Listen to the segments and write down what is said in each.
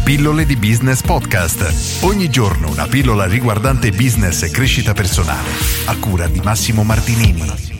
Pillole di Business Podcast. Ogni giorno una pillola riguardante business e crescita personale. A cura di Massimo Martinini.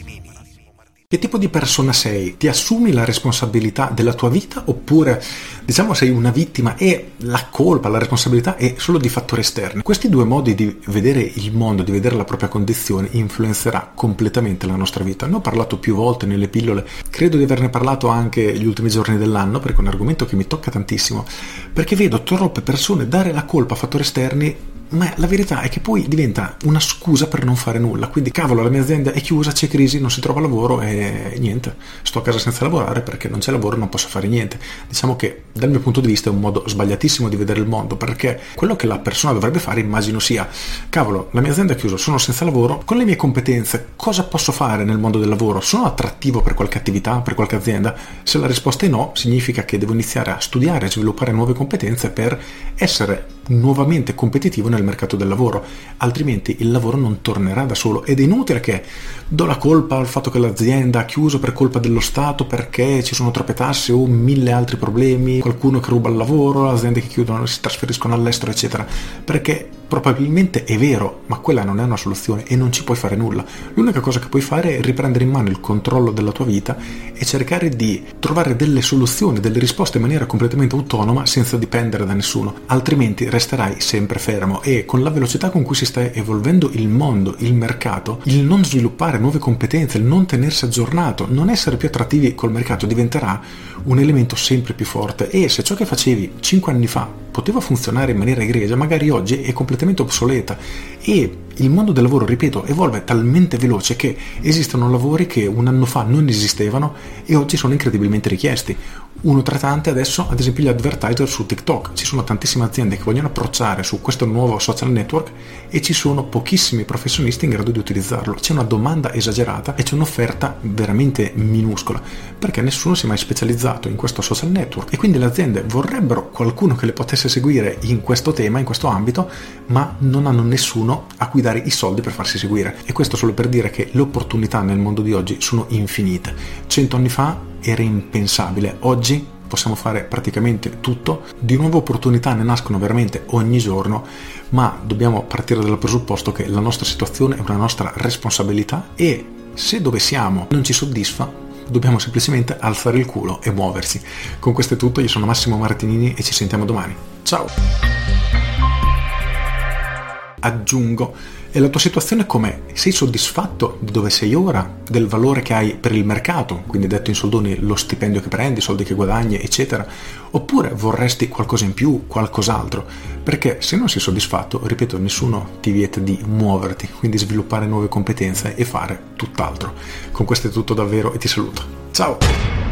Che tipo di persona sei? Ti assumi la responsabilità della tua vita oppure, sei una vittima e la colpa, la responsabilità è solo di fattori esterni? Questi due modi di vedere il mondo, di vedere la propria condizione, influenzerà completamente la nostra vita. Ne ho parlato più volte nelle pillole, credo di averne parlato anche gli ultimi giorni dell'anno, perché è un argomento che mi tocca tantissimo, perché vedo troppe persone dare la colpa a fattori esterni, ma la verità è che poi diventa una scusa per non fare nulla. Quindi cavolo, la mia azienda è chiusa, c'è crisi, non si trova lavoro e niente, sto a casa senza lavorare perché non c'è lavoro, non posso fare niente. Diciamo che dal mio punto di vista è un modo sbagliatissimo di vedere il mondo, perché quello che la persona dovrebbe fare, immagino, sia: cavolo, la mia azienda è chiusa, sono senza lavoro, con le mie competenze cosa posso fare nel mondo del lavoro? Sono attrattivo per qualche attività, per qualche azienda? Se la risposta è no, significa che devo iniziare a studiare e sviluppare nuove competenze per essere nuovamente competitivo nel mercato del lavoro, altrimenti il lavoro non tornerà da solo. Ed è inutile che do la colpa al fatto che l'azienda ha chiuso per colpa dello Stato, perché ci sono troppe tasse o 1000 altri problemi, qualcuno che ruba il lavoro, aziende che chiudono, si trasferiscono all'estero, eccetera, perché probabilmente è vero, ma quella non è una soluzione e non ci puoi fare nulla. L'unica cosa che puoi fare è riprendere in mano il controllo della tua vita e cercare di trovare delle soluzioni, delle risposte in maniera completamente autonoma, senza dipendere da nessuno, altrimenti resterai sempre fermo. E con la velocità con cui si sta evolvendo il mondo, il mercato, il non sviluppare nuove competenze, il non tenersi aggiornato, non essere più attrattivi col mercato diventerà un elemento sempre più forte. E se ciò che facevi 5 anni fa poteva funzionare in maniera egregia, magari oggi è completamente obsoleta. E il mondo del lavoro, ripeto, evolve talmente veloce che esistono lavori che un anno fa non esistevano e oggi sono incredibilmente richiesti. Uno tra tante adesso, ad esempio, gli advertiser su TikTok. Ci sono tantissime aziende che vogliono approcciare su questo nuovo social network e ci sono pochissimi professionisti in grado di utilizzarlo. C'è una domanda esagerata e c'è un'offerta veramente minuscola, perché nessuno si è mai specializzato in questo social network e quindi le aziende vorrebbero qualcuno che le potesse seguire in questo tema, in questo ambito, ma non hanno nessuno a cui dare i soldi per farsi seguire. E questo solo per dire che le opportunità nel mondo di oggi sono infinite. 100 anni fa era impensabile, oggi possiamo fare praticamente tutto. Di nuove opportunità ne nascono veramente ogni giorno, ma dobbiamo partire dal presupposto che la nostra situazione è una nostra responsabilità e se dove siamo non ci soddisfa, dobbiamo semplicemente alzare il culo e muoversi. Con questo è tutto, io sono Massimo Martinini e ci sentiamo domani. Ciao! Aggiungo, e la tua situazione com'è? Sei soddisfatto di dove sei ora, del valore che hai per il mercato, quindi detto in soldoni lo stipendio che prendi, i soldi che guadagni, eccetera, oppure vorresti qualcosa in più, qualcos'altro? Perché se non sei soddisfatto, ripeto, nessuno ti vieta di muoverti, quindi sviluppare nuove competenze e fare tutt'altro. Con questo è tutto davvero e ti saluto. Ciao!